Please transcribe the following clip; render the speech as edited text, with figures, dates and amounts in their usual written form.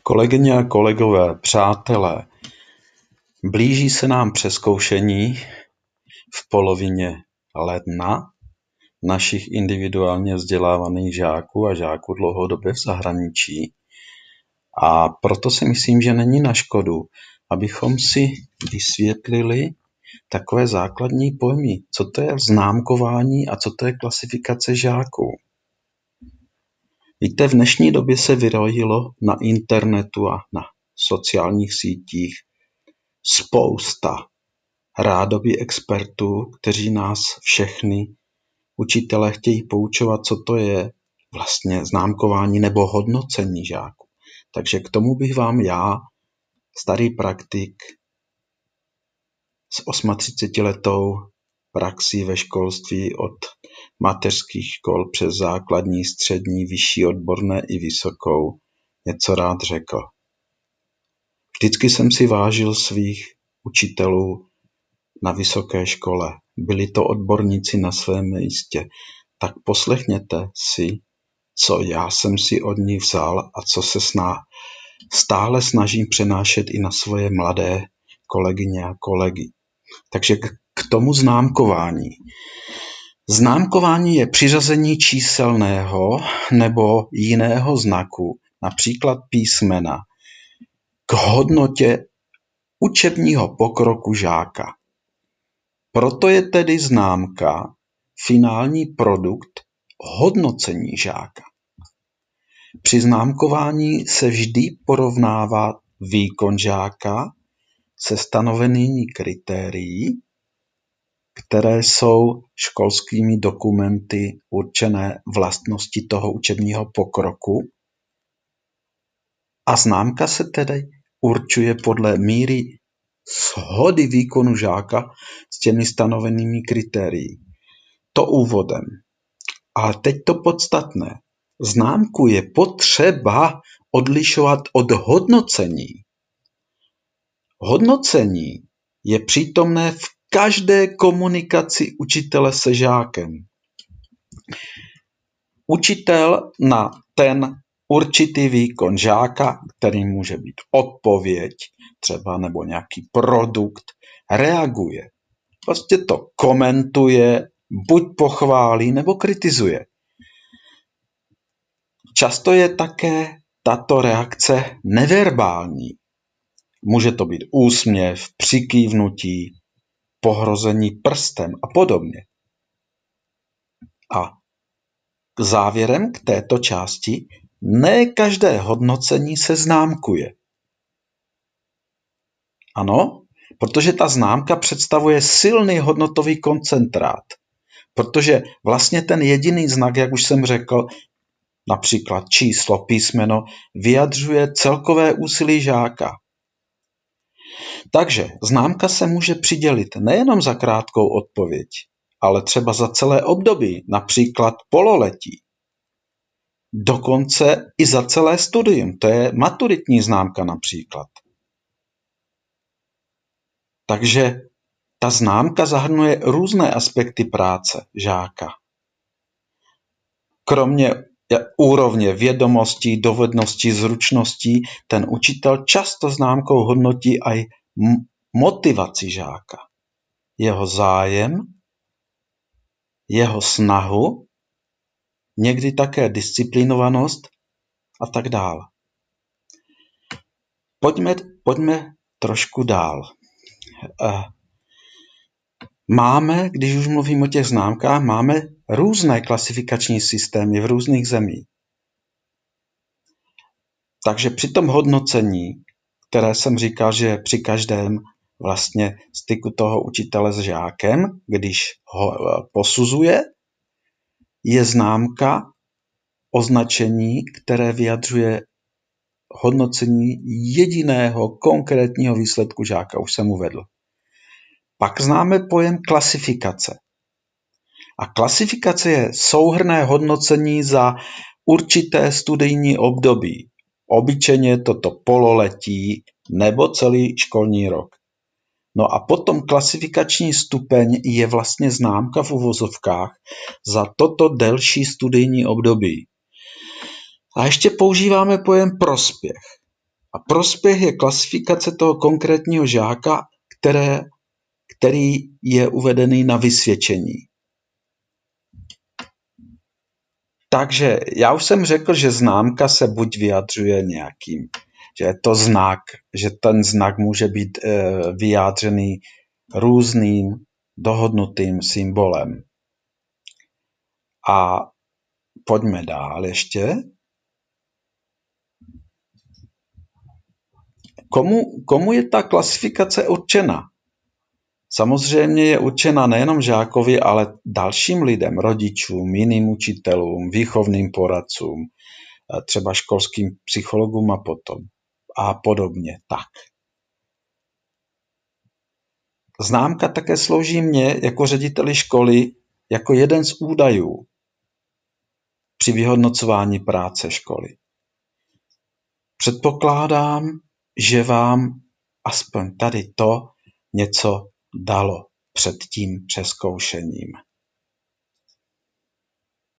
Kolegyně a kolegové, přátelé, blíží se nám přezkoušení v polovině ledna našich individuálně vzdělávaných žáků a žáků dlouhodobě v zahraničí. A proto si myslím, že není na škodu, abychom si vysvětlili takové základní pojmy, co to je známkování a co to je klasifikace žáků. Víte, v dnešní době se vyrojilo na internetu a na sociálních sítích spousta rádoby expertů, kteří nás všechny učitelé chtějí poučovat, co to je vlastně známkování nebo hodnocení žáků. Takže k tomu bych vám já, starý praktik s 38letou praxí ve školství od mateřských škol přes základní, střední, vyšší, odborné i vysokou, něco rád řekl. Vždycky jsem si vážil svých učitelů na vysoké škole. Byli to odborníci na svém místě. Tak poslechněte si, co já jsem si od nich vzal a co se stále snažím přenášet i na svoje mladé kolegyně a kolegy. Takže k tomu známkování. Známkování je přiřazení číselného nebo jiného znaku, například písmena, k hodnotě učebního pokroku žáka. Proto je tedy známka finální produkt hodnocení žáka. Při známkování se vždy porovnává výkon žáka se stanovenými kritérií, které jsou školskými dokumenty určené vlastnosti toho učebního pokroku. A známka se tedy určuje podle míry shody výkonu žáka s těmi stanovenými kritérii. To úvodem. Ale teď to podstatné. Známku je potřeba odlišovat od hodnocení. Hodnocení je přítomné v každé komunikaci učitele se žákem. Učitel na ten určitý výkon žáka, který může být odpověď třeba nebo nějaký produkt, reaguje. Prostě to komentuje, buď pochválí nebo kritizuje. Často je také tato reakce neverbální. Může to být úsměv, přikývnutí, pohrození prstem a podobně. A závěrem k této části, ne každé hodnocení se známkuje. Ano, protože ta známka představuje silný hodnotový koncentrát. Protože vlastně ten jediný znak, jak už jsem řekl, například číslo, písmeno, vyjadřuje celkové úsilí žáka. Takže známka se může přidělit nejenom za krátkou odpověď, ale třeba za celé období, například pololetí. Dokonce i za celé studium, to je maturitní známka například. Takže ta známka zahrnuje různé aspekty práce žáka. Kromě úrovně vědomostí, dovedností, zručností, ten učitel často známkou hodnotí i motivaci žáka. Jeho zájem, jeho snahu, někdy také disciplinovanost a tak dále. Pojďme trošku dál. Když už mluvím o těch známkách, máme různé klasifikační systémy v různých zemích. Takže při tom hodnocení, které jsem říkal, že při každém vlastně styku toho učitele s žákem, když ho posuzuje, je známka označení, které vyjadřuje hodnocení jediného konkrétního výsledku žáka, už jsem uvedl. Pak známe pojem klasifikace. A klasifikace je souhrnné hodnocení za určité studijní období. Obyčejně je toto pololetí nebo celý školní rok. No a potom klasifikační stupeň je vlastně známka v uvozovkách za toto delší studijní období. A ještě používáme pojem prospěch. A prospěch je klasifikace toho konkrétního žáka, který je uvedený na vysvědčení. Takže já už jsem řekl, že známka se buď vyjadřuje nějakým, že je to znak, že ten znak může být vyjádřený různým dohodnutým symbolem. A pojďme dál ještě. Komu je ta klasifikace určena? Samozřejmě je určena nejenom žákovi, ale dalším lidem, rodičům, jiným učitelům, výchovným poradcům, třeba školským psychologům a podobně. Tak. Známka také slouží mně jako řediteli školy jako jeden z údajů při vyhodnocování práce školy. Předpokládám, že vám aspoň tady to něco dalo před tím přezkoušením.